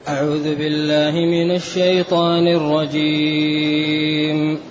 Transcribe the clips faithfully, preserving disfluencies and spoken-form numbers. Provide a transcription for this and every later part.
أعوذ بالله من الشيطان الرجيم.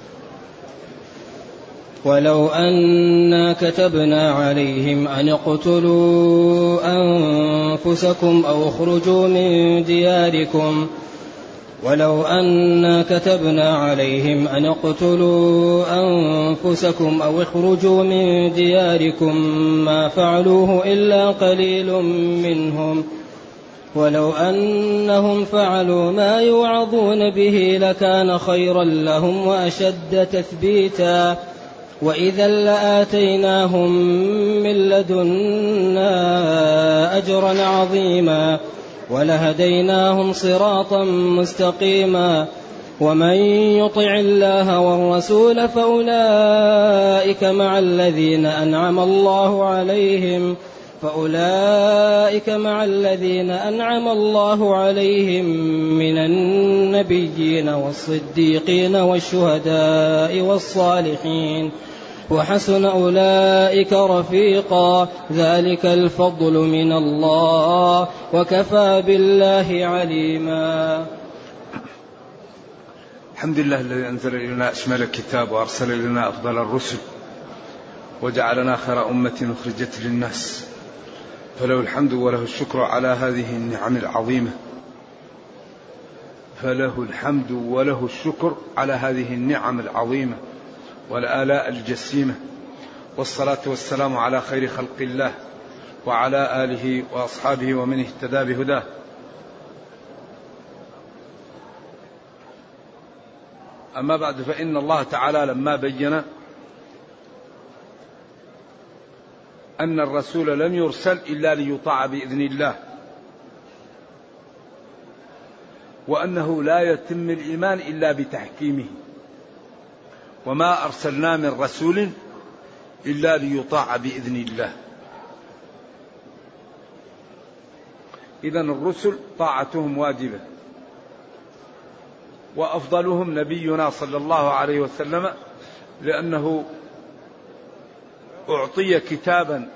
ولو أنا كتبنا عليهم أن اقتلوا أنفسكم أو اخرجوا من دياركم ولو أنا كتبنا عليهم أن اقتلوا أنفسكم أو اخرجوا من دياركم ما فعلوه إلا قليل منهم ولو أنهم فعلوا ما يوعظون به لكان خيرا لهم وأشد تثبيتا وإذا لآتيناهم من لدنا أجرا عظيما ولهديناهم صراطا مستقيما ومن يطع الله والرسول فأولئك مع الذين أنعم الله عليهم فأولئك مع الذين أنعم الله عليهم من النبيين والصديقين والشهداء والصالحين وحسن أولئك رفيقا ذلك الفضل من الله وكفى بالله عليما. الحمد لله الذي أنزل إلينا أشمل الكتاب وأرسل إلينا أفضل الرسل وجعلنا خير أمة أخرجت للناس فله الحمد وله الشكر على هذه النعم العظيمة فله الحمد وله الشكر على هذه النعم العظيمة والآلاء الجسيمة والصلاة والسلام على خير خلق الله وعلى آله وأصحابه ومن اهتدى بهداه. أما بعد، فإن الله تعالى لما بين أن الرسول لم يرسل إلا ليطاع بإذن الله وأنه لا يتم الإيمان إلا بتحكيمه وما أرسلنا من رسول إلا ليطاع بإذن الله. إذن الرسل طاعتهم واجبة وأفضلهم نبينا صلى الله عليه وسلم لأنه أعطي كتابا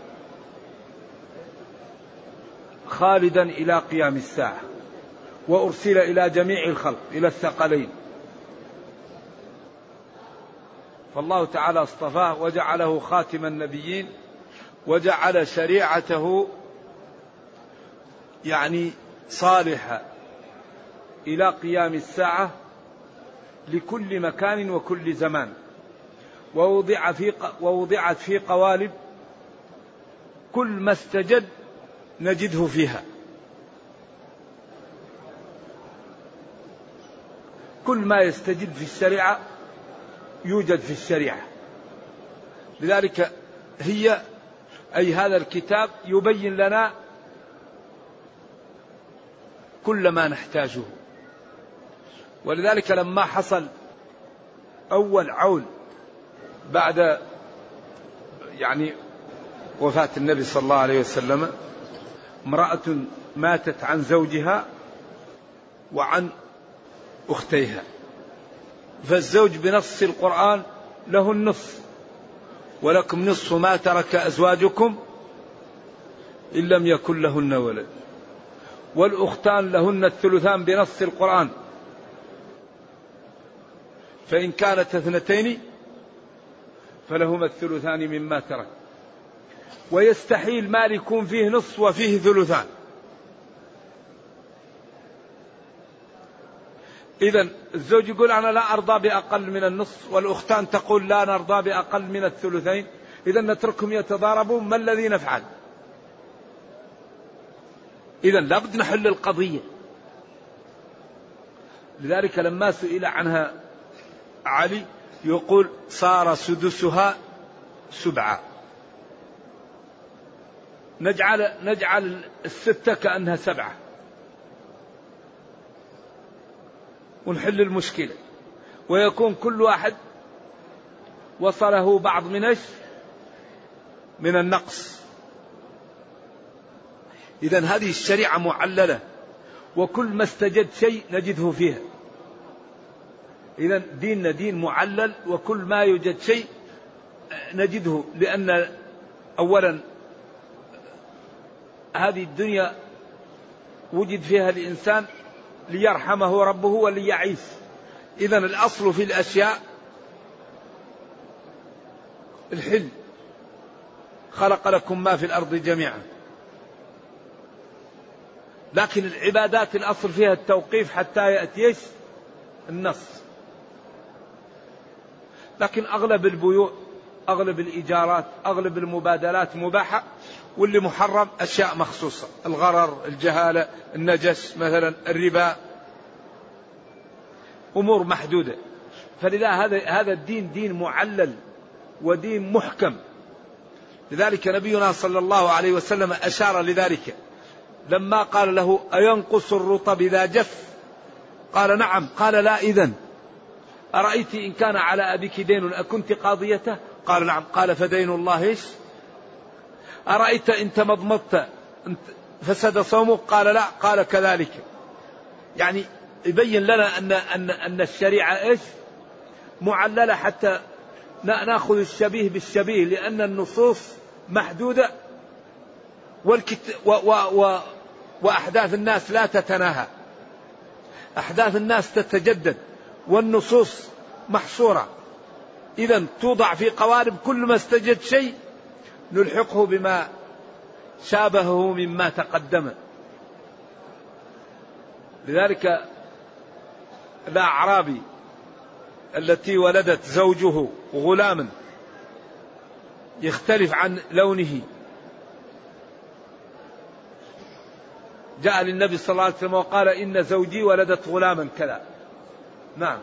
خالدا إلى قيام الساعة وأرسل إلى جميع الخلق إلى الثقلين فالله تعالى اصطفاه وجعله خاتم النبيين وجعل شريعته يعني صالحة إلى قيام الساعة لكل مكان وكل زمان ووضع في ووضعت في قوالب كل ما استجد نجده فيها كل ما يستجد في الشريعة يوجد في الشريعة. لذلك هي أي هذا الكتاب يبين لنا كل ما نحتاجه. ولذلك لما حصل أول عول بعد يعني وفاة النبي صلى الله عليه وسلم امرأة ماتت عن زوجها وعن أختيها فالزوج بنص القرآن له النصف ولكم نصف ما ترك أزواجكم إن لم يكن لهن ولد والأختان لهن الثلثان بنص القرآن فإن كانت اثنتين فلهما الثلثان مما ترك ويستحيل مال يكون فيه نصف وفيه ثلثان. إذن الزوج يقول أنا لا أرضى بأقل من النصف والأختان تقول لا نرضى بأقل من الثلثين إذن نتركهم يتضاربون ما الذي نفعل؟ إذن لابد نحل القضية. لذلك لما سئل عنها علي يقول صار سدسها سبعة نجعل, نجعل الستة كأنها سبعة ونحل المشكلة ويكون كل واحد وصله بعض من ايش من النقص. إذن هذه الشريعة معللة وكل ما استجد شيء نجده فيها. إذن ديننا دين معلل وكل ما يوجد شيء نجده لأن أولا هذه الدنيا وجد فيها الإنسان ليرحمه ربه وليعيش. إذن الأصل في الأشياء الحل. خلق لكم ما في الأرض جميعا. لكن العبادات الأصل فيها التوقيف حتى يأتي النص. لكن أغلب البيوع، أغلب الإيجارات، أغلب المبادلات مباحة، واللي محرم أشياء مخصوصة: الغرر، الجهالة، النجس مثلا، الربا، أمور محدودة. فلذا هذا هذا الدين دين معلل ودين محكم. لذلك نبينا صلى الله عليه وسلم أشار لذلك لما قال له: أينقص الرطب إذا جف؟ قال: نعم. قال: لا. إذن أرأيت إن كان على أبيك دين أكنت قاضيته؟ قال: نعم. قال: فدين الله إيش؟ أرأيت إن تمضمضت فسد صومك؟ قال: لا. قال: كذلك. يعني يبين لنا أن أن أن الشريعة إيش؟ معللة حتى نأخذ الشبيه بالشبيه، لأن النصوص محدودة، والكت... و... و... و... وأحداث الناس لا تتناهى. أحداث الناس تتجدد والنصوص محصورة. إذن توضع في قوالب، كل ما استجد شيء نلحقه بما شابهه مما تقدم. لذلك الأعرابي التي ولدت زوجه غلاما يختلف عن لونه جاء للنبي صلى الله عليه وسلم وقال: إن زوجي ولدت غلاما كذا. نعم.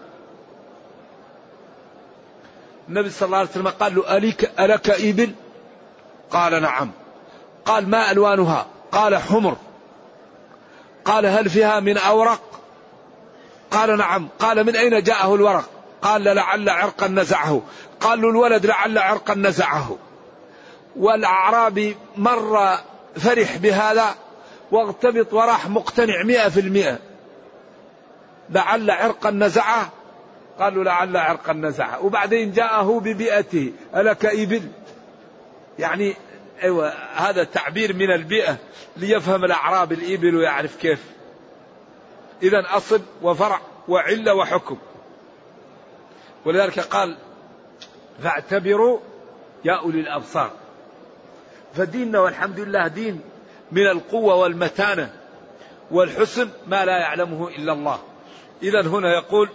النبي صلى الله عليه وسلم قال له: ألك, ألك إبل؟ قال: نعم. قال: ما ألوانها؟ قال: حمر. قال: هل فيها من أورق؟ قال: نعم. قال: من أين جاءه الورق؟ قال: لعل عرقا نزعه. قال له الولد: لعل عرقا نزعه. والأعرابي مر فرح بهذا واغتبط وراح مقتنع مئة في المئة. لعل عرقا نزعه. قالوا: لعل عرقا نزعه. وبعدين جاءه ببيئته: ألك إبل؟ يعني أيوة، هذا تعبير من البيئة ليفهم الأعراب الإبل ويعرف كيف. إذن أصل وفرع وعلة وحكم. ولذلك قال: فاعتبروا يا أولي الأبصار. فديننا والحمد لله دين من القوة والمتانة والحسن ما لا يعلمه إلا الله. إذن هنا يقول: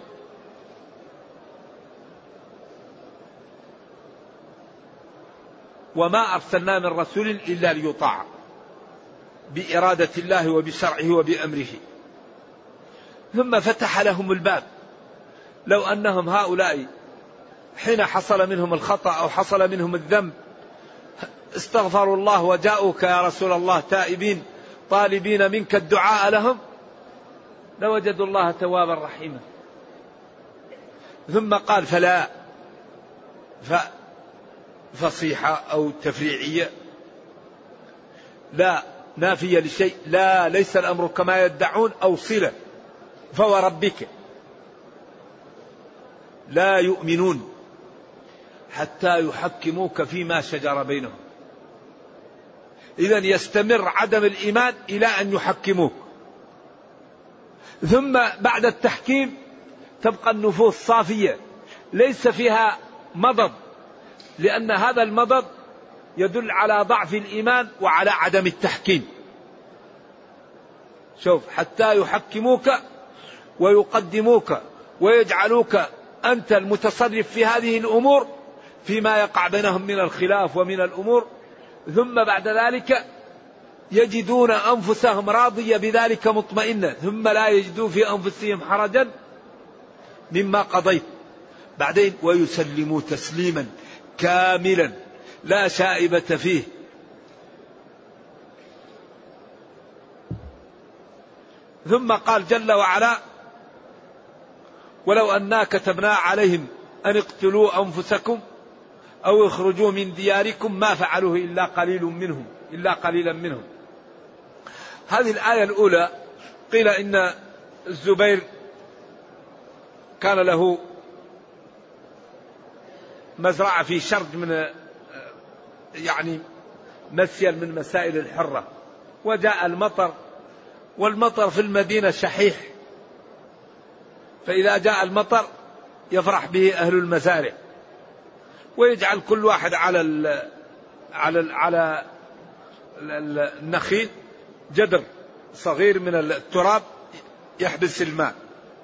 وما أرسلنا من رسول إلا ليطاع بإرادة الله وبشرعه وبأمره. ثم فتح لهم الباب. لو أنهم هؤلاء حين حصل منهم الخطأ أو حصل منهم الذنب استغفروا الله وجاءوك يا رسول الله تائبين طالبين منك الدعاء لهم لوجدوا الله توابا رحيما. ثم قال: فلا فصيحة أو تفريعية، لا نافية لشيء، لا ليس الأمر كما يدعون، أو صلة. فوربك لا يؤمنون حتى يحكموك فيما شجر بينهم. إذن يستمر عدم الإيمان إلى أن يحكموك، ثم بعد التحكيم تبقى النفوس صافية ليس فيها مضض، لأن هذا المضض يدل على ضعف الإيمان وعلى عدم التحكيم. شوف: حتى يحكموك ويقدموك ويجعلوك أنت المتصرف في هذه الأمور فيما يقع بينهم من الخلاف ومن الأمور، ثم بعد ذلك يجدون أنفسهم راضية بذلك مطمئنة، ثم لا يجدوا في أنفسهم حرجا مما قضيت. بعدين ويسلموا تسليما كاملا لا شائبة فيه. ثم قال جل وعلا: ولو أنا كتبنا عليهم أن اقتلوا أنفسكم أو اخرجوا من دياركم ما فعلوه إلا قليل منهم إلا قليلا منهم. هذه الآية الأولى قيل إن الزبير كان له مزرعة في شرق من يعني مسيل من مسائل الحرة، وجاء المطر والمطر في المدينة شحيح، فإذا جاء المطر يفرح به أهل المزارع، ويجعل كل واحد على ال على ال على النخيل جدر صغير من التراب يحبس الماء.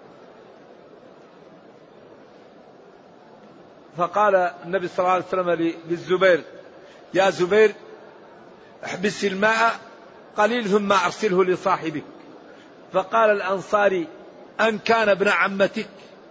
فقال النبي صلى الله عليه وسلم للزبير: يا زبير احبس الماء قليل ثم أرسله لصاحبك. فقال الأنصاري: أن كان ابن عمتك؟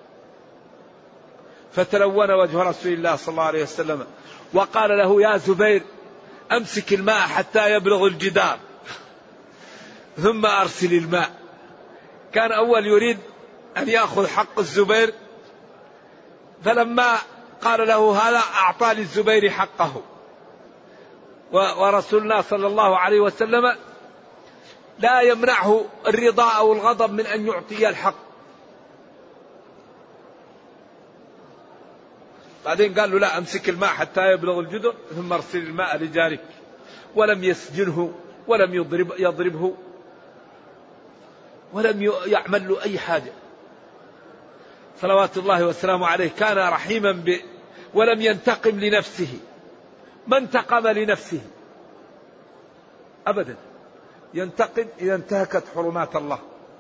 فتلون وجه رسول الله صلى الله عليه وسلم وقال له: يا زبير أمسك الماء حتى يبلغ الجدار ثم أرسل الماء. كان أول يريد أن يأخذ حق الزبير، فلما قال له هذا أعطى للزبير حقه. ورسول الله صلى الله عليه وسلم لا يمنعه الرضا أو الغضب من أن يعطي الحق. بعدين قال له: لا، أمسك الماء حتى يبلغ الجدر ثم أرسل الماء لجارك. ولم يسجنه ولم يضرب يضربه ولم يعمل له أي حاجة، صلوات الله وسلامه عليه. كان رحيما ب ولم ينتقم لنفسه، ما انتقم لنفسه أبدا، ينتقم إذا انتهكت حرمات الله.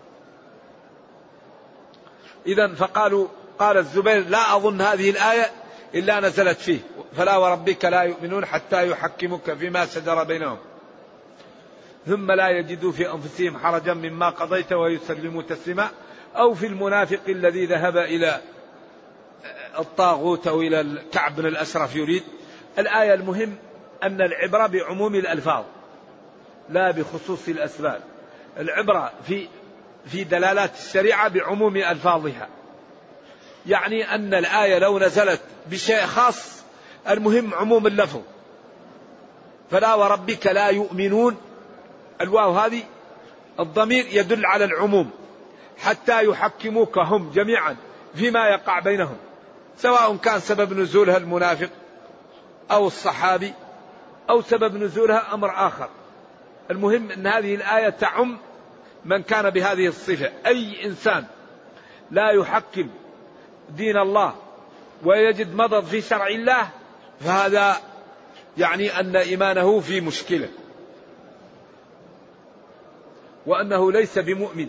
إذا فقالوا قال الزبير: لا أظن هذه الآية إلا نزلت فيه، فلا وربك لا يؤمنون حتى يحكموك فيما شجر بينهم ثم لا يجدوا في أنفسهم حرجا مما قضيت ويسلموا تسليما، أو في المنافق الذي ذهب إلى الطاغوت أو إلى الكعب بن الأشرف يريد. الآية المهم أن العبرة بعموم الألفاظ لا بخصوص الأسباب. العبرة في في دلالات الشريعة بعموم ألفاظها، يعني أن الآية لو نزلت بشيء خاص المهم عموم اللفظ. فلا وربك لا يؤمنون، الواو هذه الضمير يدل على العموم، حتى يحكموك هم جميعا فيما يقع بينهم، سواء كان سبب نزولها المنافق أو الصحابي أو سبب نزولها أمر آخر. المهم أن هذه الآية تعم من كان بهذه الصفة. أي إنسان لا يحكم دين الله ويجد مضض في شرع الله فهذا يعني أن إيمانه في مشكلة، وأنه ليس بمؤمن.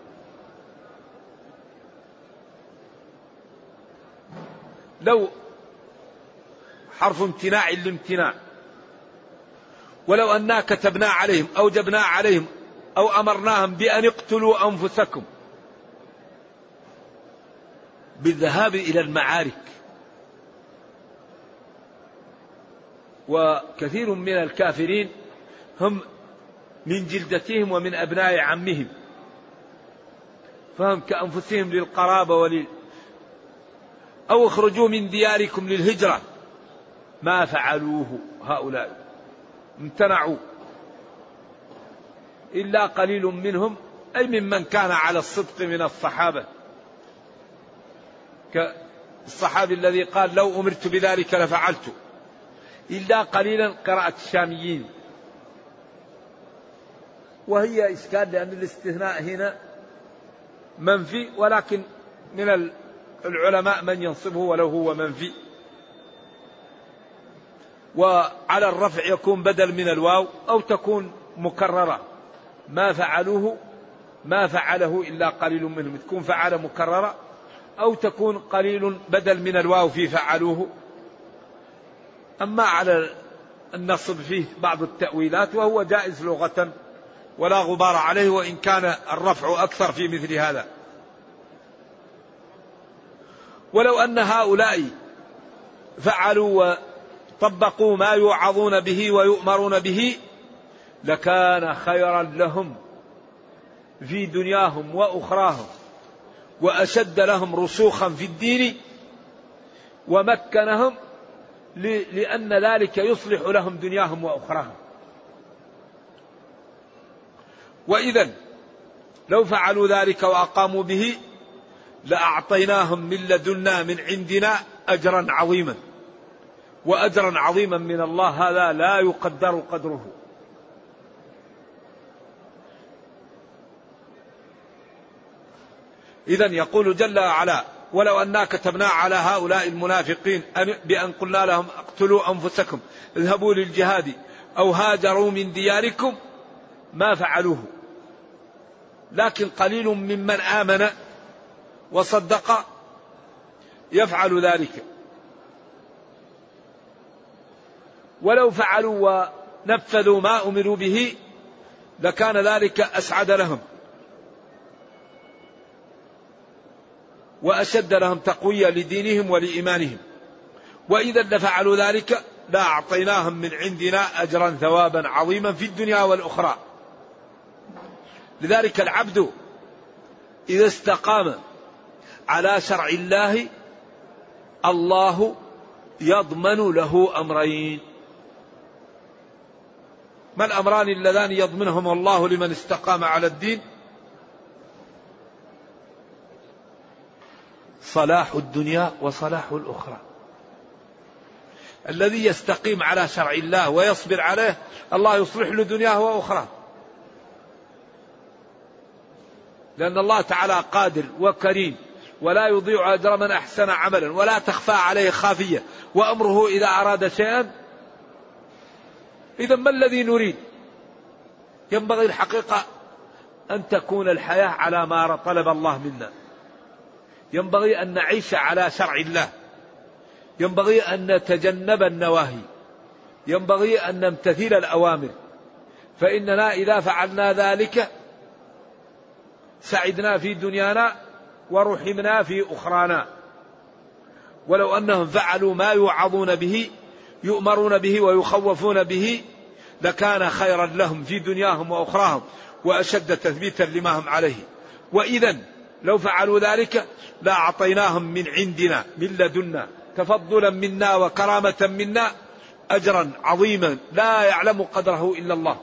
لو حرف امتناع لامتناع، ولو أننا كتبنا عليهم أو جبنا عليهم أو أمرناهم بأن اقتلوا أنفسكم بالذهاب إلى المعارك. وكثير من الكافرين هم من جلدتهم ومن أبناء عمهم، فهم كأنفسهم للقرابة ولل أو اخرجوا من دياركم للهجرة ما فعلوه هؤلاء، امتنعوا إلا قليل منهم، أي ممن كان على الصدق من الصحابة، كالصحابي الذي قال: لو أمرت بذلك لفعلت. إلا قليلا قراءة الشاميين، وهي إشكال لأن الاستثناء هنا منفي، ولكن من العلماء من ينصبه ولو هو منفي. وعلى الرفع يكون بدل من الواو أو تكون مكررة، ما فعلوه ما فعله إلا قليل منهم، تكون فعل مكررة، أو تكون قليل بدل من الواو في فعلوه. أما على النصب فيه بعض التأويلات وهو جائز لغة ولا غبار عليه، وإن كان الرفع أكثر في مثل هذا. ولو أن هؤلاء فعلوا وطبقوا ما يوعظون به ويؤمرون به لكان خيرا لهم في دنياهم وأخراهم، وأشد لهم رسوخا في الدين ومكنهم، لأن ذلك يصلح لهم دنياهم وأخراهم. وإذا لو فعلوا ذلك وأقاموا به لأعطيناهم من لدنا من عندنا أجرا عظيما، وأجرا عظيما من الله هذا لا يقدر قدره. إذن يقول جل وعلا: ولو أنا كتبنا على هؤلاء المنافقين بأن قلنا لهم اقتلوا أنفسكم اذهبوا للجهاد أو هاجروا من دياركم ما فعلوه، لكن قليل ممن آمن وصدق يفعل ذلك. ولو فعلوا ونفذوا ما أمروا به لكان ذلك أسعد لهم وأشد لهم تقوية لدينهم ولإيمانهم، وإذا لفعلوا ذلك لأعطيناهم من عندنا أجرا ثوابا عظيما في الدنيا والأخرى. لذلك العبد إذا استقام على شرع الله الله يضمن له أمرين. ما الأمران اللذان يضمنهم الله لمن استقام على الدين؟ صلاح الدنيا وصلاح الأخرى. الذي يستقيم على شرع الله ويصبر عليه الله يصلح له دنياه وأخرى، لأن الله تعالى قادر وكريم ولا يضيع أجر من أحسن عملا ولا تخفى عليه خافية، وأمره إذا أراد شيئا. إذا ما الذي نريد؟ ينبغي الحقيقة أن تكون الحياة على ما طلب الله منا، ينبغي أن نعيش على شرع الله، ينبغي أن نتجنب النواهي، ينبغي أن نمتثل الأوامر، فإننا إذا فعلنا ذلك سعدنا في دنيانا ورحمنا في أخرانا. ولو أنهم فعلوا ما يوعظون به يؤمرون به ويخوفون به لكان خيرا لهم في دنياهم وأخراهم وأشد تثبيتا لما هم عليه. وإذا لو فعلوا ذلك لأعطيناهم من عندنا من لدنا تفضلا منا وكرامة منا أجرا عظيما لا يعلم قدره إلا الله،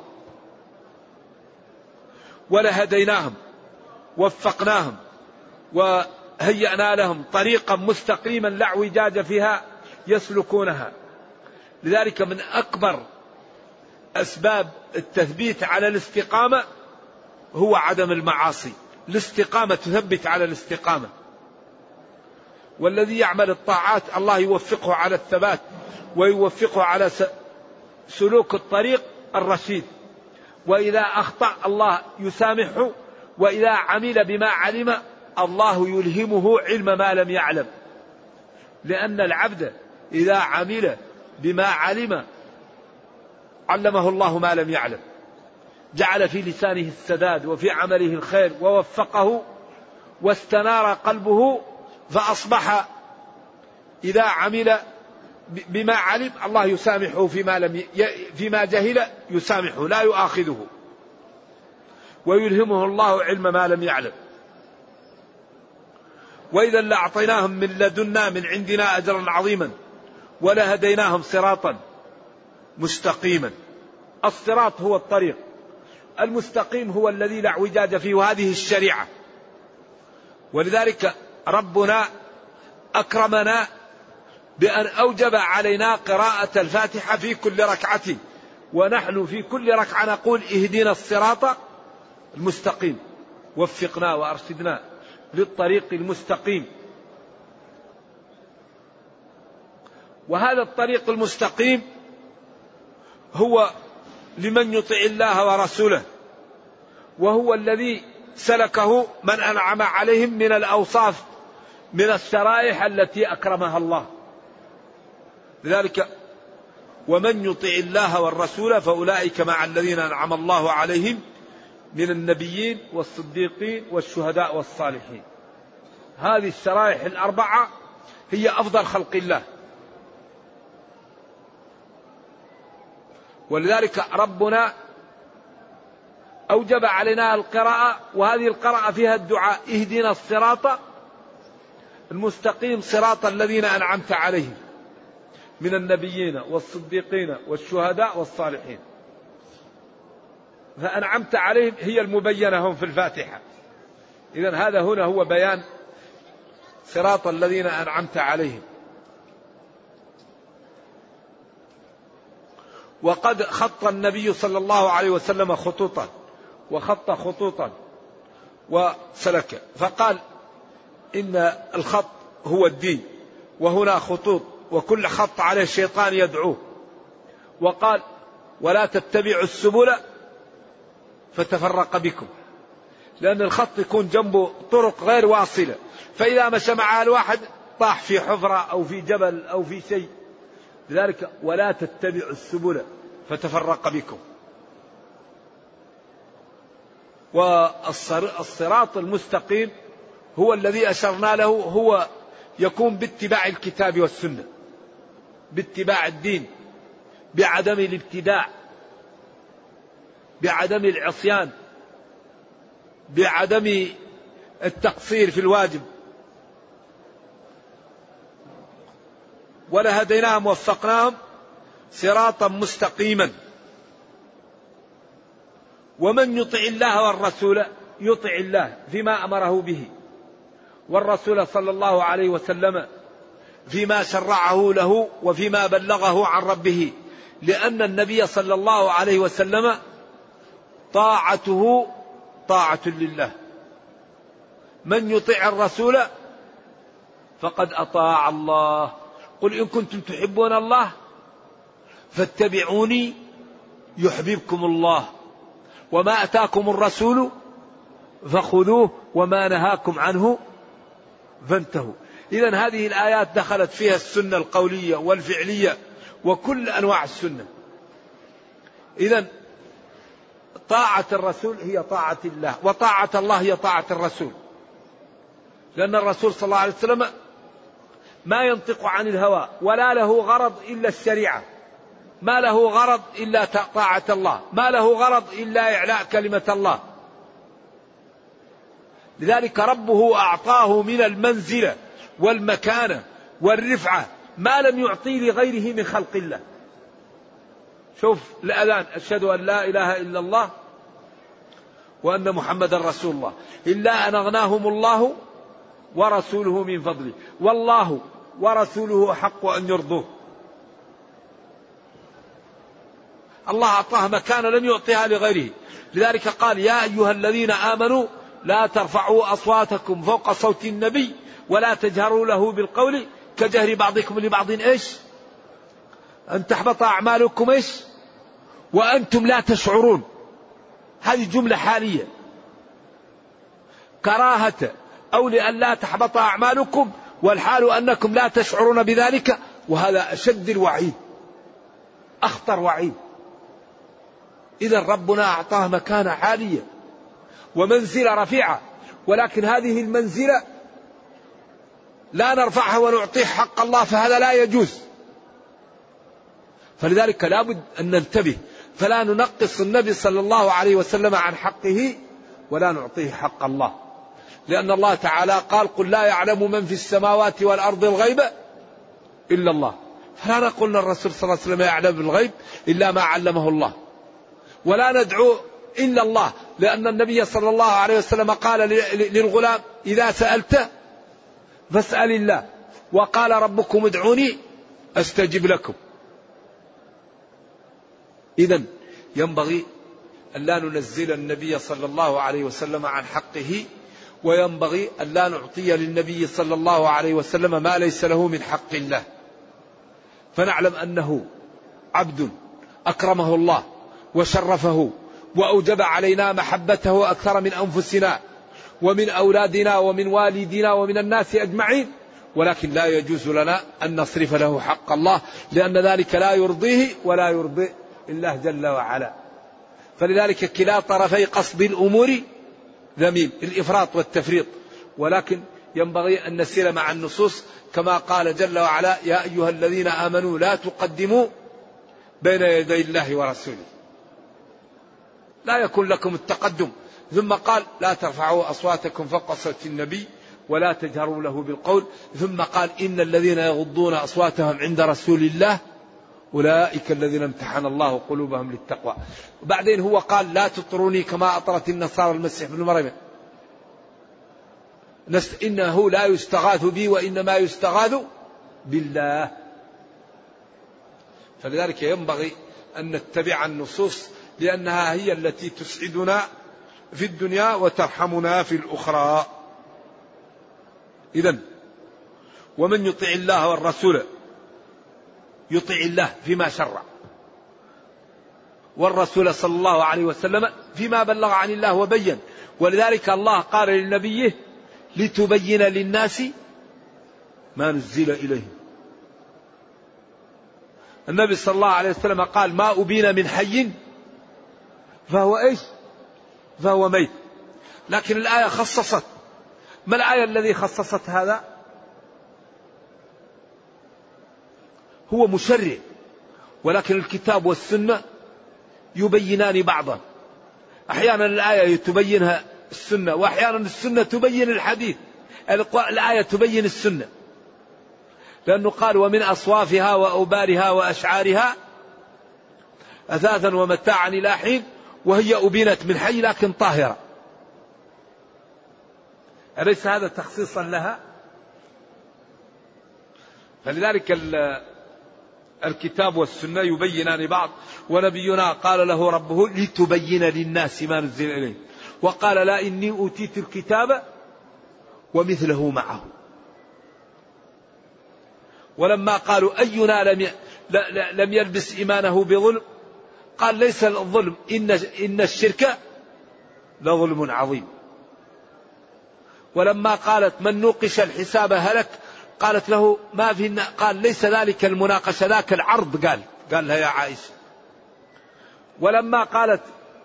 ولهديناهم وفقناهم وهيأنا لهم طريقا مستقيما لا اعوجاج فيها يسلكونها. لذلك من أكبر أسباب التثبيت على الاستقامة هو عدم المعاصي. الاستقامة تثبت على الاستقامة، والذي يعمل الطاعات الله يوفقه على الثبات ويوفقه على سلوك الطريق الرشيد، وإذا أخطأ الله يسامحه، وإذا عمل بما علم الله يلهمه علم ما لم يعلم، لأن العبد إذا عمل بما علم علمه الله ما لم يعلم، جعل في لسانه السداد وفي عمله الخير ووفقه واستنار قلبه، فأصبح إذا عمل بما علم الله يسامحه فيما لم ي... فيما جهل يسامحه لا يؤاخذه، ويلهمه الله علم ما لم يعلم. وإذا لأعطيناهم من لدنا من عندنا أجرا عظيما ولهديناهم صراطا مستقيما. الصراط هو الطريق، المستقيم هو الذي لا اعوجاج فيه، وهذه الشريعة. ولذلك ربنا أكرمنا بأن أوجب علينا قراءة الفاتحة في كل ركعة، ونحن في كل ركعة نقول اهدنا الصراط المستقيم، وفقنا وأرشدنا للطريق المستقيم. وهذا الطريق المستقيم هو لمن يطع الله ورسوله، وهو الذي سلكه من أنعم عليهم من الأوصاف من الشرائح التي أكرمها الله. لذلك ومن يطع الله والرسول فأولئك مع الذين أنعم الله عليهم من النبيين والصديقين والشهداء والصالحين. هذه الشرائح الأربعة هي أفضل خلق الله. ولذلك ربنا أوجب علينا القراءة، وهذه القراءة فيها الدعاء اهدنا الصراط المستقيم صراط الذين أنعمت عليهم من النبيين والصديقين والشهداء والصالحين. فأنعمت عليهم هي المبينة هم في الفاتحة. إذن هذا هنا هو بيان صراط الذين أنعمت عليهم. وقد خط النبي صلى الله عليه وسلم خطوطا وخط خطوطا وسلك، فقال إن الخط هو الدين، وهنا خطوط وكل خط عليه الشيطان يدعوه. وقال ولا تتبعوا السبل فتفرق بكم، لأن الخط يكون جنبه طرق غير واصلة، فإذا مشى مع الواحد طاح في حفرة أو في جبل أو في شيء. لذلك ولا تتبعوا السبل فتفرق بكم. والصراط المستقيم هو الذي أشرنا له، هو يكون باتباع الكتاب والسنة، باتباع الدين، بعدم الابتداع، بعدم العصيان، بعدم التقصير في الواجب. ولهديناهم ووفقناهم صراطا مستقيما. ومن يطع الله والرسول يطع الله فيما أمره به، والرسول صلى الله عليه وسلم فيما شرعه له وفيما بلغه عن ربه، لأن النبي صلى الله عليه وسلم طاعته طاعة لله. من يطع الرسول فقد أطاع الله. قل إن كنتم تحبون الله فاتبعوني يحببكم الله، وما أتاكم الرسول فخذوه وما نهاكم عنه فانتهوا. إذن هذه الآيات دخلت فيها السنة القولية والفعلية وكل أنواع السنة. إذن طاعة الرسول هي طاعة الله، وطاعة الله هي طاعة الرسول، لأن الرسول صلى الله عليه وسلم ما ينطق عن الهوى ولا له غرض إلا الشريعة، ما له غرض إلا طاعة الله، ما له غرض إلا إعلاء كلمة الله. لذلك ربه أعطاه من المنزلة والمكانة والرفعة ما لم يعطي لغيره من خلق الله. شوف الأذان أشهد أن لا إله إلا الله وأن محمد رسول الله، إلا أن أغناهم الله ورسوله من فضله، والله ورسوله حق أن يرضوه. الله أعطاه مكانة لم يعطيها لغيره. لذلك قال يا أيها الذين آمنوا لا ترفعوا أصواتكم فوق صوت النبي ولا تجهروا له بالقول كجهر بعضكم لبعض إيش أن تحبط أعمالكم إيش وأنتم لا تشعرون. هذه جملة حالية، كراهة أو لأن لا تحبط أعمالكم والحال أنكم لا تشعرون بذلك، وهذا أشد الوعيد، أخطر وعيد. إذا ربنا أعطاه مكانة عالية ومنزلة رفيعة، ولكن هذه المنزلة لا نرفعها ونعطيه حق الله، فهذا لا يجوز. فلذلك لابد أن ننتبه، فلا ننقص النبي صلى الله عليه وسلم عن حقه ولا نعطيه حق الله، لأن الله تعالى قال قل لا يعلم من في السماوات والأرض الغيب إلا الله. فلا نقول الرسول صلى الله عليه وسلم يعلم الغيب إلا ما علمه الله، ولا ندعو إلا الله، لأن النبي صلى الله عليه وسلم قال للغلام إذا سألت فاسأل الله، وقال ربكم ادعوني أستجب لكم. إذن ينبغي أن لا ننزل النبي صلى الله عليه وسلم عن حقه، وينبغي أن لا نعطي للنبي صلى الله عليه وسلم ما ليس له من حق الله. فنعلم أنه عبد أكرمه الله وشرفه وأوجب علينا محبته أكثر من أنفسنا ومن أولادنا ومن والدنا ومن الناس أجمعين، ولكن لا يجوز لنا أن نصرف له حق الله، لأن ذلك لا يرضيه ولا يرضي الله جل وعلا. فلذلك كلا طرفي قصد الأمور ذميم، الإفراط والتفريط، ولكن ينبغي أن نسير مع النصوص كما قال جل وعلا يا أيها الذين آمنوا لا تقدموا بين يدي الله ورسوله، لا يكون لكم التقدم. ثم قال لا ترفعوا أصواتكم فوق صوت النبي ولا تجهروا له بالقول، ثم قال إن الذين يغضون أصواتهم عند رسول الله أولئك الذين امتحن الله قلوبهم للتقوى. وبعدين هو قال لا تطروني كما أطرت النصارى المسيح ابن مريم، إنه لا يستغاث بي وإنما يستغاث بالله. فلذلك ينبغي أن نتبع النصوص، لأنها هي التي تسعدنا في الدنيا وترحمنا في الأخرى. إذن ومن يطع الله والرسول يطع الله فيما شرع، والرسول صلى الله عليه وسلم فيما بلغ عن الله وبين. ولذلك الله قال لنبيه لتبين للناس ما نزل إليهم. النبي صلى الله عليه وسلم قال ما أبين من حي فهو إيش؟ فهو ميت. لكن الآية خصصت. ما الآية الذي خصصت هذا؟ هو مشرع، ولكن الكتاب والسنة يبينان بعضا. أحيانا الآية تبينها السنة، وأحيانا السنة تبين الحديث. الآية تبين السنة، لأنه قال ومن أصوافها وأوبارها وأشعارها أثاثا ومتاعا إلى حين وهي أبينت من حي لكن طاهرة. أليس هذا تخصيصا لها؟ فلذلك الكتاب والسنة يبينان بعض. ونبينا قال له ربه لتبين للناس ما نزل إليه، وقال لا إني أوتيت الكتاب ومثله معه. ولما قالوا أينا لم لم يلبس إيمانه بظلم قال ليس الظلم إن إن الشرك لظلم عظيم. ولما قالت من نوقش الحساب هلك قالت له ما في، قال ليس ذلك المناقشة ذاك العرض، قال قال لها يا عائشة. ولما قالت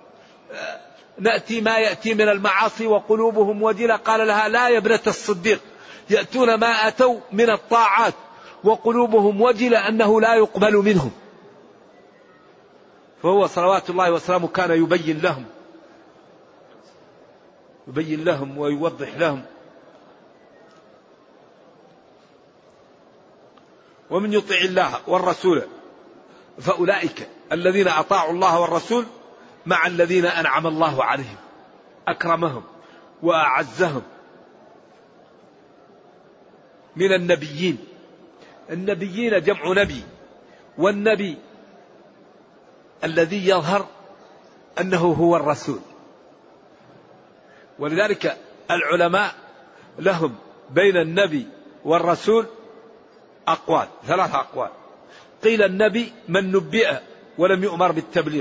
نأتي ما يأتي من المعاصي وقلوبهم وجلة قال لها لا يا ابنة الصديق يأتون ما أتوا من الطاعات وقلوبهم وجلة أنه لا يقبل منهم. فهو صلوات الله وسلامه كان يبين لهم يبين لهم ويوضح لهم. ومن يطع الله والرسول فأولئك الذين أطاعوا الله والرسول مع الذين أنعم الله عليهم أكرمهم وأعزهم من النبيين. النبيين جمع نبي، والنبي الذي يظهر أنه هو الرسول. ولذلك العلماء لهم بين النبي والرسول أقوال، ثلاث أقوال. قيل النبي من نبئ ولم يؤمر بالتبليغ،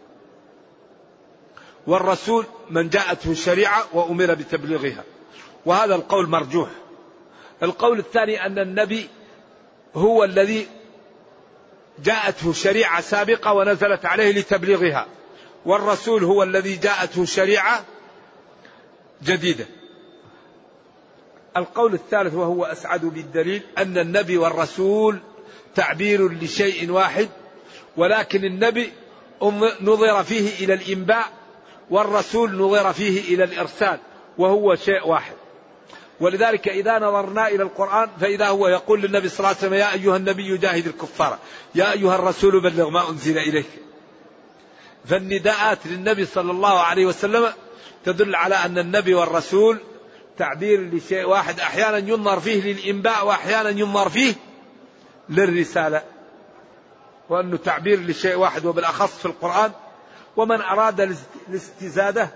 والرسول من جاءته الشريعة وأمر بتبليغها، وهذا القول مرجوح. القول الثاني أن النبي هو الذي جاءته شريعة سابقة ونزلت عليه لتبليغها، والرسول هو الذي جاءته شريعة جديدة. القول الثالث وهو أسعد بالدليل أن النبي والرسول تعبير لشيء واحد، ولكن النبي نظر فيه إلى الإنباء والرسول نظر فيه إلى الإرسال، وهو شيء واحد. ولذلك إذا نظرنا إلى القرآن فإذا هو يقول للنبي صلى الله عليه وسلم يا أيها النبي جاهد الكفار، يا أيها الرسول بلغ ما أنزل إليك. فالنداءات للنبي صلى الله عليه وسلم تدل على أن النبي والرسول تعبير لشيء واحد، أحيانا ينظر فيه للإنباء وأحيانا ينظر فيه للرسالة، وأنه تعبير لشيء واحد وبالأخص في القرآن. ومن أراد الاستزادة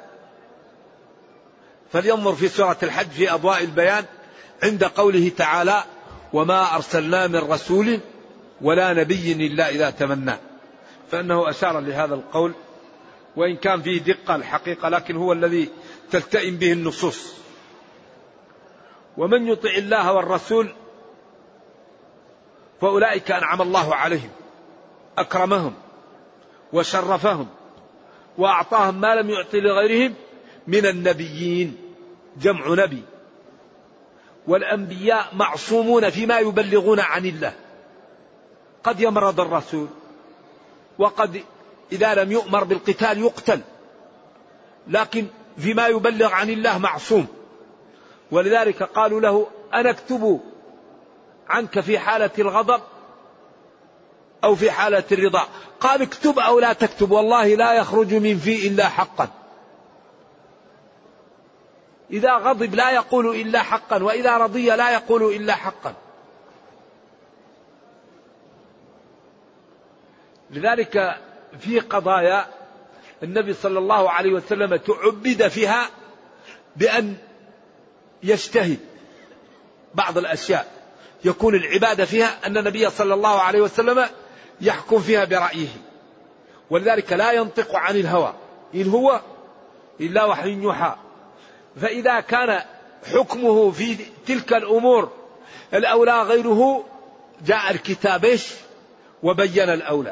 فلينظر في سورة الحج في أضواء البيان عند قوله تعالى وما أرسلنا من رسول ولا نبي إلا إذا تمنى، فإنه أشار لهذا القول وإن كان فيه دقة الحقيقة، لكن هو الذي تلتئم به النصوص. ومن يطع الله والرسول فأولئك أنعم الله عليهم أكرمهم وشرفهم وأعطاهم ما لم يعطي لغيرهم من النبيين، جمع نبي. والأنبياء معصومون فيما يبلغون عن الله، قد يمرض الرسول وقد إذا لم يؤمر بالقتال يقتل، لكن فيما يبلغ عن الله معصوم. ولذلك قالوا له أنا أكتب عنك في حالة الغضب أو في حالة الرضا، قال اكتب أو لا تكتب والله لا يخرج من في إلا حقا. إذا غضب لا يقول إلا حقا، وإذا رضي لا يقول إلا حقا. لذلك في قضايا النبي صلى الله عليه وسلم تعبد فيها بأن يجتهد بعض الأشياء يكون العبادة فيها أن النبي صلى الله عليه وسلم يحكم فيها برأيه، ولذلك لا ينطق عن الهوى إن هو إلا وحي يوحى. فإذا كان حكمه في تلك الأمور الأولى غيره، جاء الكتاب وبين الأولى.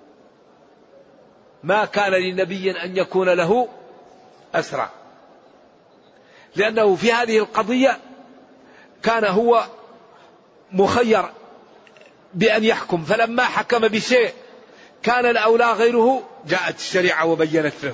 ما كان لنبي أن يكون له أسرى، لأنه في هذه القضية كان هو مخير بأن يحكم، فلما حكم بشيء كان الأولى غيره جاءت الشريعة وبينت له.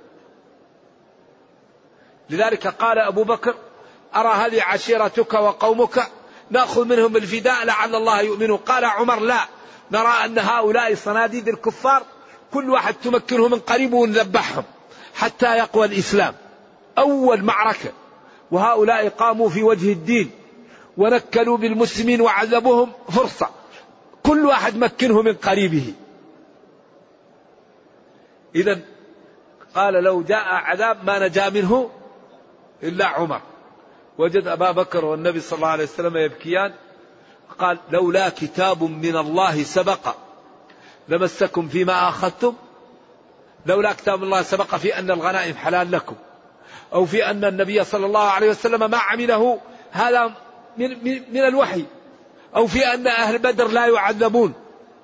لذلك قال أبو بكر: أرى هذه عشيرتك وقومك نأخذ منهم الفداء لعل الله يؤمنون. قال عمر: لا، نرى أن هؤلاء صناديد الكفار كل واحد تمكنه من قريب ونذبحهم حتى يقوى الإسلام. أول معركة وهؤلاء قاموا في وجه الدين ونكلوا بالمسلمين وعذبوهم فرصة، كل واحد مكنه من قريبه. إذن قال: لو جاء عذاب ما نجا منه إلا عمر. وجد أبا بكر والنبي صلى الله عليه وسلم يبكيان، قال: لولا كتاب من الله سبق لمسكم فيما أخذتم. لولا كتاب من الله سبق في أن الغنائم حلال لكم، أو في أن النبي صلى الله عليه وسلم ما عمله هذا من, من الوحي، أو في أن أهل بدر لا يعذبون.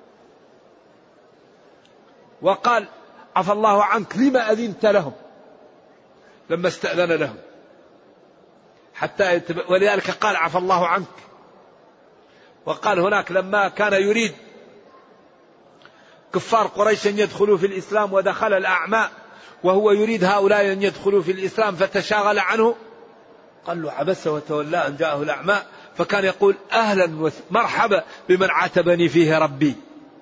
وقال: عفى الله عنك لما أذنت لهم لما استأذن لهم حتى يتب... ولذلك قال: عفى الله عنك. وقال هناك لما كان يريد كفار قريش أن يدخلوا في الإسلام ودخل الأعمى وهو يريد هؤلاء أن يدخلوا في الإسلام فتشاغل عنه، قال له: عبس وتولى أن جاءه الأعمى. فكان يقول: أهلا مرحبا بمن عاتبني فيه ربي.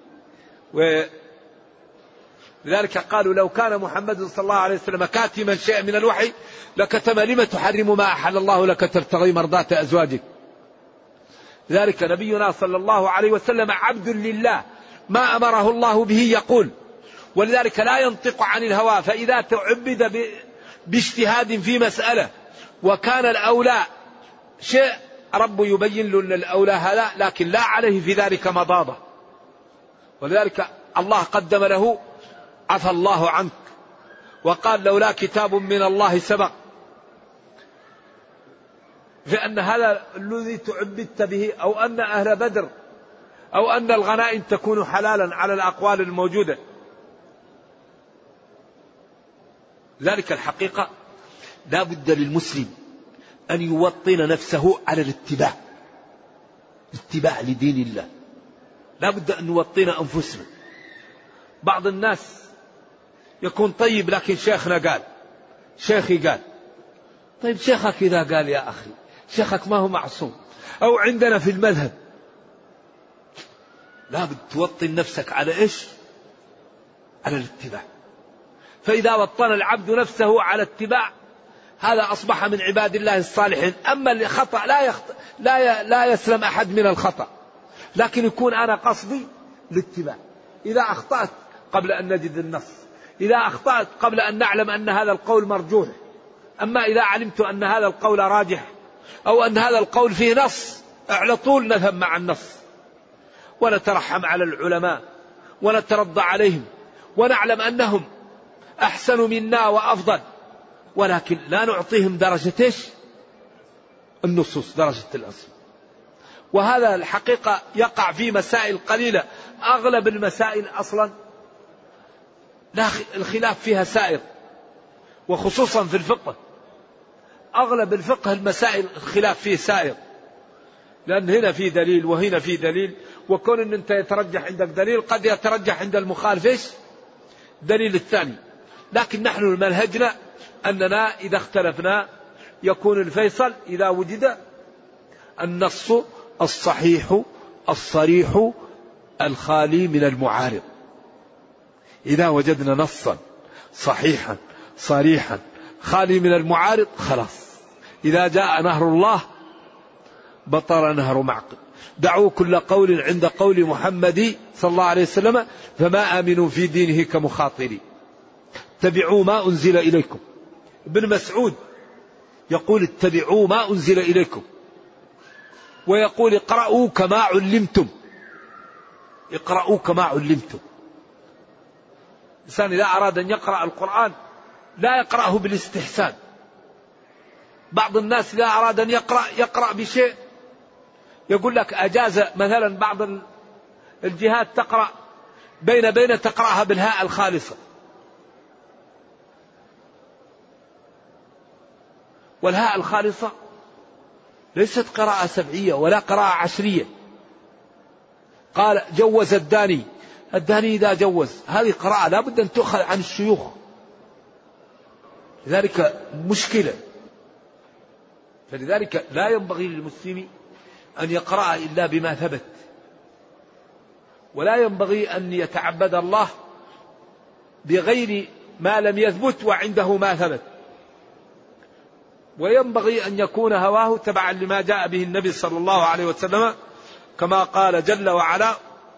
ولذلك قالوا: لو كان محمد صلى الله عليه وسلم كاتما شيئا من الوحي لكتم لم تحرم ما أحل الله لك تبتغي مرضات أزواجك. ذلك نبينا صلى الله عليه وسلم عبد لله، ما أمره الله به يقول، ولذلك لا ينطق عن الهوى. فإذا تعبد باجتهاد في مسألة وكان الأولى شيء رب يبين له أن الأولى هذا، لكن لا عليه في ذلك مضاضة. ولذلك الله قدم له: عفى الله عنك. وقال: لولا كتاب من الله سبق. فأن هذا الذي تعبدت به، أو أن أهل بدر، أو أن الغنائم تكون حلالا على الأقوال الموجودة. ذلك الحقيقة لا بد للمسلم أن يوطن نفسه على الاتباع، اتباع لدين الله. لا بد أن نوطن أنفسنا. بعض الناس يكون طيب لكن شيخنا قال، شيخي قال. طيب شيخك إذا قال يا أخي، شيخك ما هو معصوم. أو عندنا في المذهب لا بد توطن نفسك على إيش؟ على الاتباع. فإذا وطن العبد نفسه على اتباع هذا أصبح من عباد الله الصالحين. أما الخطأ لا, يخط... لا, ي... لا يسلم أحد من الخطأ، لكن يكون أنا قصدي الاتباع. إذا أخطأت قبل أن نجد النص، إذا أخطأت قبل أن نعلم أن هذا القول مرجوح، أما إذا علمت أن هذا القول راجح أو أن هذا القول فيه نص، على طول نذهب مع النص ونترحم على العلماء ونترضى عليهم ونعلم أنهم أحسن منا وأفضل، ولكن لا نعطيهم درجة إيش؟ النصوص، درجة الأصل. وهذا الحقيقة يقع في مسائل قليلة. أغلب المسائل أصلا لا الخلاف فيها سائر، وخصوصا في الفقه. أغلب الفقه المسائل الخلاف فيه سائر، لأن هنا في دليل وهنا في دليل، وكون أن أنت يترجح عندك دليل قد يترجح عند المخالف إيش؟ دليل الثاني. لكن نحن منهجنا أننا إذا اختلفنا يكون الفيصل إذا وجد النص الصحيح الصريح الخالي من المعارض. إذا وجدنا نصا صحيحا صريحا خالي من المعارض خلاص. إذا جاء نهر الله بطل نهر معقل. دعوا كل قول عند قول محمد صلى الله عليه وسلم، فما آمنوا في دينه كمخاطرين. اتبعوا ما أنزل إليكم. ابن مسعود يقول: اتبعوا ما أنزل إليكم. ويقول اقرأوا كما علمتم، اقرأوا كما علمتم. الإنسان إذا أراد أن يقرأ القرآن لا يقرأه بالاستحسان. بعض الناس إذا أراد أن يقرأ يقرأ بشيء، يقول لك أجاز مثلا بعض الجهات تقرأ بين بين تقرأها بالهاء الخالصة، والهاء الخالصة ليست قراءة سبعية ولا قراءة عشرية. قال جوز الداني، الداني إذا جوز هذه قراءة لا بد أن تؤخذ عن الشيوخ، لذلك مشكلة. فلذلك لا ينبغي للمسلم أن يقرأ إلا بما ثبت، ولا ينبغي أن يتعبد الله بغير ما لم يثبت وعنده ما ثبت، وينبغي أن يكون هواه تبعا لما جاء به النبي صلى الله عليه وسلم، كما قال جل وعلا: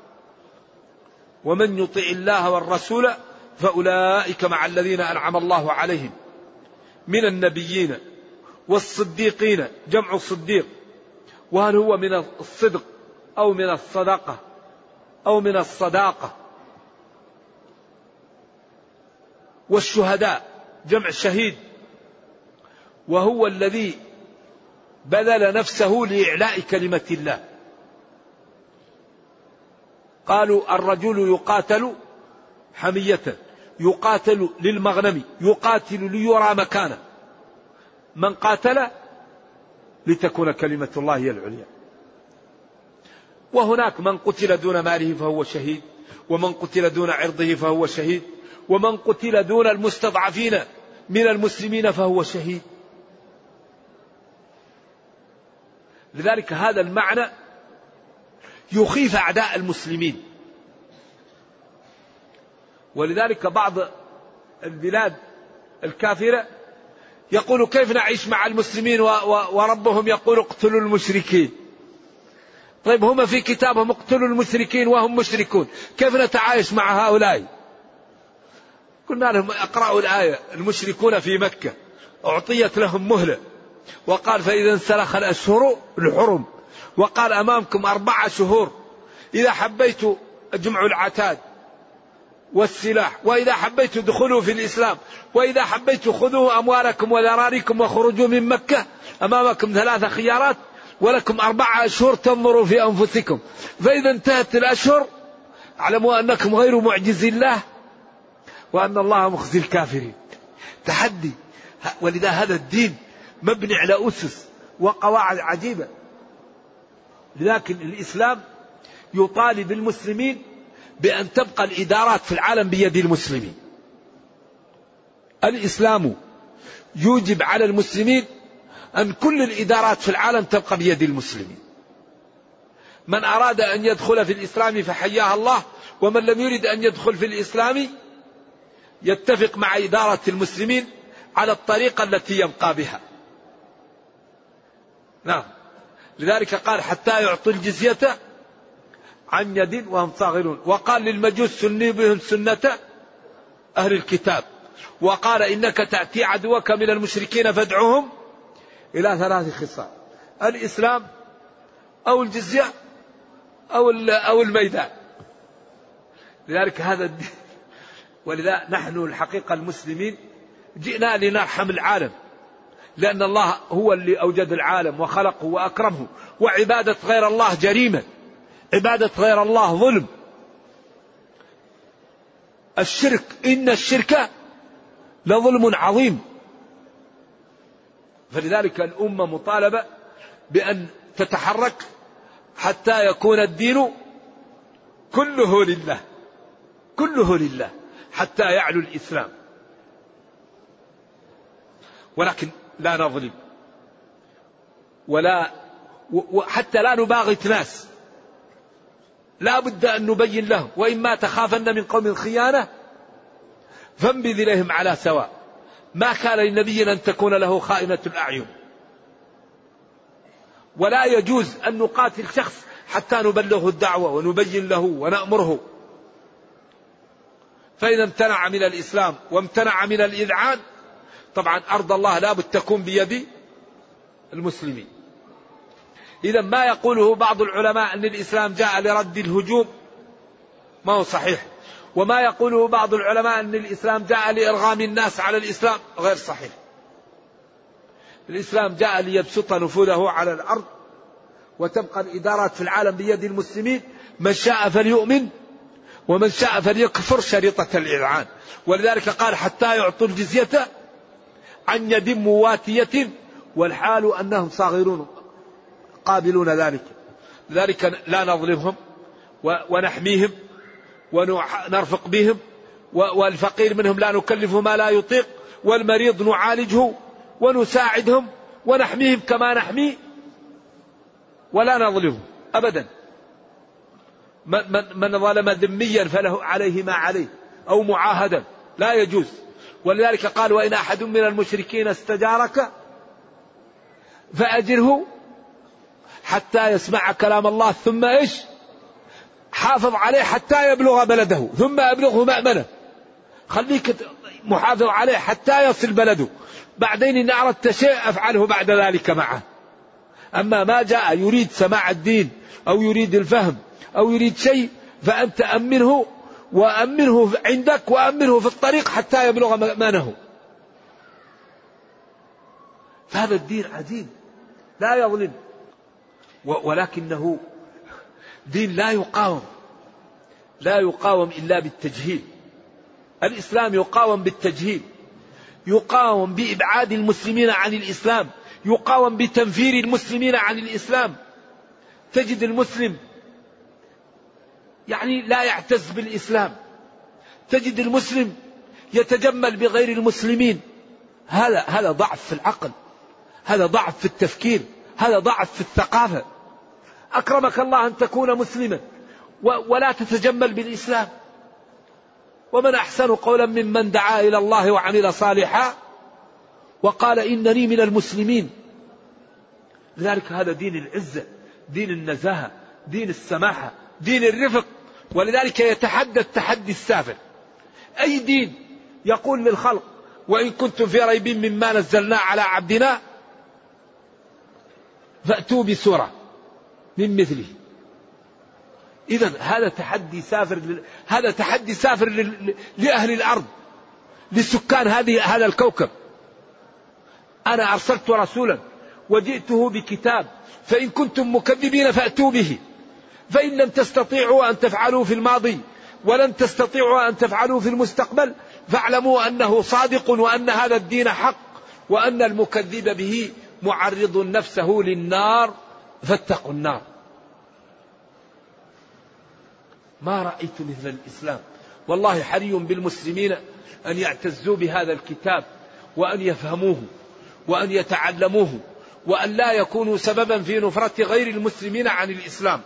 ومن يطع الله والرسول فأولئك مع الذين أنعم الله عليهم من النبيين والصديقين، جمع صديق، وهل هو من الصدق أو من الصدقة أو من الصداقة، والشهداء جمع شهيد، وهو الذي بذل نفسه لإعلاء كلمة الله. قالوا الرجل يقاتل حمية، يقاتل للمغنم، يقاتل ليرى مكانه. من قاتل لتكون كلمة الله هي العليا. وهناك من قتل دون ماله فهو شهيد، ومن قتل دون عرضه فهو شهيد، ومن قتل دون المستضعفين من المسلمين فهو شهيد. لذلك هذا المعنى يخيف أعداء المسلمين. ولذلك بعض البلاد الكافرة يقول كيف نعيش مع المسلمين وربهم يقول اقتلوا المشركين. طيب هم في كتابهم اقتلوا المشركين وهم مشركون، كيف نتعايش مع هؤلاء؟ قلنا لهم اقرأوا الآية: المشركون في مكة أعطيت لهم مهلة، وقال فإذا انسلخ الأشهر الحرم، وقال أمامكم أربعة شهور، إذا حبيت جمع العتاد والسلاح، وإذا حبيت دخلوا في الإسلام، وإذا حبيت خذوا أموالكم وذراريكم وخرجوا من مكة. أمامكم ثلاثة خيارات ولكم أربعة أشهر تنظروا في أنفسكم، فإذا انتهت الأشهر اعلموا أنكم غير معجزي الله وأن الله مخزي الكافرين. تحدي. ولذا هذا الدين مبني على أسس وقواعد عجيبة. لكن الإسلام يطالب المسلمين بأن تبقى الإدارات في العالم بيد المسلمين. الإسلام يوجب على المسلمين أن كل الإدارات في العالم تبقى بيد المسلمين. من أراد أن يدخل في الإسلام فحياه الله، ومن لم يرد أن يدخل في الإسلام يتفق مع إدارة المسلمين على الطريقة التي يبقى بها. نعم. لذلك قال حتى يعطوا الجزية عن يد وهم صاغرون. وقال للمجوس سني بهم سنة أهل الكتاب، وقال إنك تأتي عدوك من المشركين فادعوهم إلى ثلاث خصال: الإسلام أو الجزية أو أو الميدان. لذلك هذا الدين. ولذا نحن الحقيقة المسلمين جئنا لنرحم العالم، لأن الله هو اللي أوجد العالم وخلقه وأكرمه، وعبادة غير الله جريمة، عبادة غير الله ظلم. الشرك، إن الشرك لظلم عظيم. فلذلك الأمة مطالبة بأن تتحرك حتى يكون الدين كله لله، كله لله، حتى يعلو الإسلام. ولكن لا نظلم ولا وحتى لا نباغت ناس، لا بد أن نبين لهم: وإما تخافن من قوم خيانة فانبذ إليهم على سواء. ما كان للنبي أن تكون له خائنة الأعين، ولا يجوز أن نقاتل شخص حتى نبلغه الدعوة ونبين له ونأمره. فإذا امتنع من الإسلام وامتنع من الإذعان، طبعا أرض الله لا بد تكون بيد المسلمين. إذا ما يقوله بعض العلماء أن الإسلام جاء لرد الهجوم ما هو صحيح، وما يقوله بعض العلماء أن الإسلام جاء لإرغام الناس على الإسلام غير صحيح. الإسلام جاء ليبسط نفوذه على الأرض وتبقى الإدارات في العالم بيد المسلمين، من شاء فليؤمن ومن شاء فليكفر شريطة الإذعان. ولذلك قال حتى يعطوا الجزية عن يد مواتية والحال أنهم صاغرون قابلون ذلك. لذلك لا نظلمهم ونحميهم ونرفق بهم، والفقير منهم لا نكلفه ما لا يطيق، والمريض نعالجه ونساعدهم ونحميهم كما نحمي ولا نظلمه أبدا. من ظلم ذميا فله عليه ما عليه أو معاهدا لا يجوز. ولذلك قال وإن أحد من المشركين استجارك فأجره حتى يسمع كلام الله ثم إيش حافظ عليه حتى يبلغ بلده ثم أبلغه مأمنه. خليك محافظ عليه حتى يصل بلده، بعدين إن أردت شيء أفعله بعد ذلك معه. أما ما جاء يريد سماع الدين أو يريد الفهم أو يريد شيء فأنت أمنه وأمنه عندك وأمنه في الطريق حتى يبلغ مأمنه. فهذا الدين عديد لا يظلم، ولكنه دين لا يقاوم، لا يقاوم إلا بالتجهيل. الإسلام يقاوم بالتجهيل، يقاوم بإبعاد المسلمين عن الإسلام، يقاوم بتنفير المسلمين عن الإسلام. تجد المسلم يعني لا يعتز بالإسلام، تجد المسلم يتجمل بغير المسلمين. هذا هذا ضعف في العقل، هذا ضعف في التفكير، هذا ضعف في الثقافة. أكرمك الله أن تكون مسلما ولا تتجمل بالإسلام. ومن أحسن قولا ممن دعا إلى الله وعمل صالحا وقال إنني من المسلمين. لذلك هذا دين العزة، دين النزاهة، دين السماحة، دين الرفق. ولذلك يتحدى التحدي السافر. أي دين يقول للخلق وإن كنتم في ريب مما نزلنا على عبدنا فأتوا بسورة من مثله. إذن هذا تحدي سافر، هذا تحدي سافر لأهل الأرض، لسكان هذه هذا الكوكب. أنا أرسلت رسولا وجئته بكتاب فإن كنتم مكذبين فأتوا به، فإن لم تستطيعوا أن تفعلوا في الماضي ولن تستطيعوا أن تفعلوا في المستقبل فاعلموا أنه صادق وأن هذا الدين حق وأن المكذب به معرض نفسه للنار فاتقوا النار. ما رأيت مثل الإسلام. والله حري بالمسلمين أن يعتزوا بهذا الكتاب وأن يفهموه وأن يتعلموه وأن لا يكونوا سببا في نفرة غير المسلمين عن الإسلام.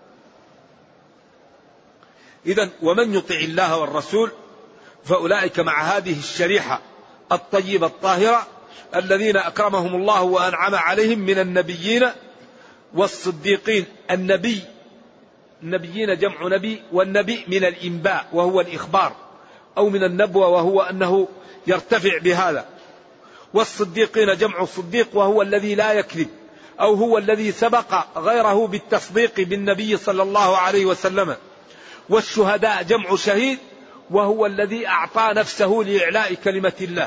إذن ومن يطع الله والرسول فأولئك مع هذه الشريحة الطيبة الطاهرة الذين أكرمهم الله وأنعم عليهم من النبيين والصديقين. النبي النبيين جمع نبي، والنبي من الإنباء وهو الإخبار، أو من النبوة وهو أنه يرتفع بهذا. والصديقين جمع صديق وهو الذي لا يكذب، أو هو الذي سبق غيره بالتصديق بالنبي صلى الله عليه وسلم. والشهداء جمع شهيد وهو الذي أعطى نفسه لإعلاء كلمة الله.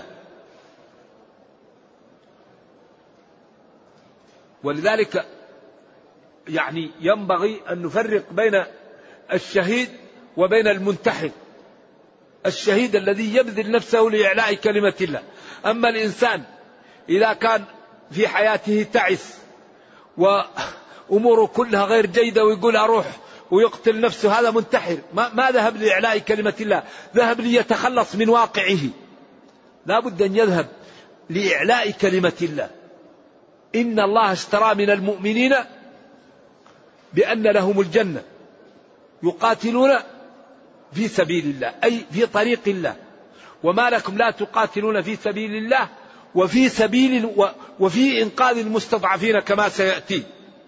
ولذلك يعني ينبغي أن نفرق بين الشهيد وبين المنتحر. الشهيد الذي يبذل نفسه لإعلاء كلمة الله. أما الإنسان إذا كان في حياته تعس وأموره كلها غير جيدة ويقول أروح ويقتل نفسه، هذا منتحر، ما, ما ذهب لإعلاء كلمة الله، ذهب ليتخلص من واقعه. لا بد أن يذهب لإعلاء كلمة الله. إن الله اشترى من المؤمنين بأن لهم الجنة يقاتلون في سبيل الله، أي في طريق الله. وما لكم لا تقاتلون في سبيل الله وفي سبيل وفي إنقاذ المستضعفين كما سيأتي.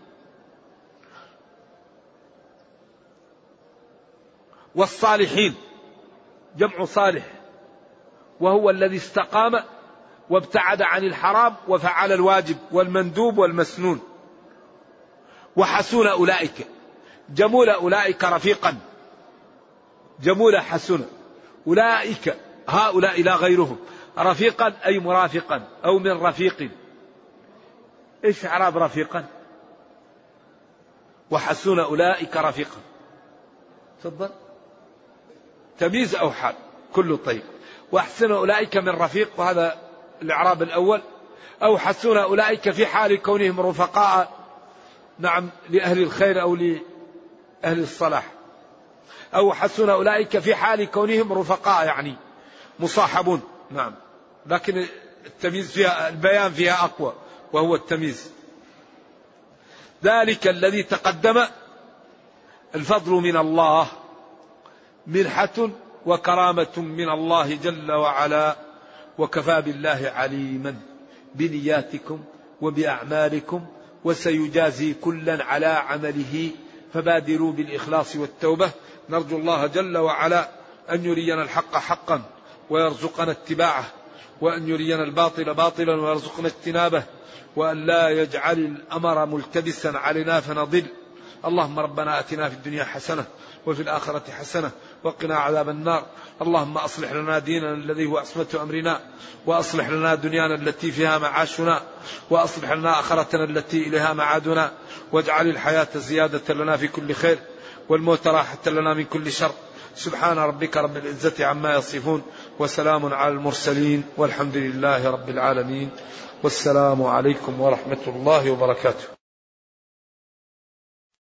والصالحين جمع صالح وهو الذي استقام وابتعد عن الحرام وفعل الواجب والمندوب والمسنون. وحسن أولئك، جمول أولئك رفيقا، جمول حسن أولئك هؤلاء لا غيرهم، رفيقا أي مرافقا أو من رفيق. إيش إعراب رفيقا؟ وحسن أولئك رفيقا، تفضل تمييز أو حال كله طيب. وحسن أولئك من رفيق، وهذا الإعراب الأول. أو حسن أولئك في حال كونهم رفقاء، نعم، لأهل الخير أو لأهل الصلاح. أو حسن أولئك في حال كونهم رفقاء يعني مصاحبون، نعم، لكن التمييز فيها، البيان فيها أقوى وهو التمييز. ذلك الذي تقدم الفضل من الله، منحة وكرامة من الله جل وعلا، وكفى بالله عليما بنياتكم وبأعمالكم، وسيجازي كلا على عمله، فبادروا بالإخلاص والتوبة. نرجو الله جل وعلا أن يرينا الحق حقا ويرزقنا اتباعه، وأن يرينا الباطل باطلا ويرزقنا اجتنابه، وأن لا يجعل الأمر ملتبسا علينا فنضل. اللهم ربنا أتنا في الدنيا حسنة وفي الآخرة حسنة وقنا عذاب النار. اللهم أصلح لنا ديننا الذي هو عصمة أمرنا، وأصلح لنا دنيانا التي فيها معاشنا، وأصلح لنا آخرتنا التي إليها معادنا، واجعل الحياة زيادة لنا في كل خير، والموت راحة لنا من كل شر. سبحان ربك رب العزة عما يصفون، وسلام على المرسلين، والحمد لله رب العالمين، والسلام عليكم ورحمة الله وبركاته.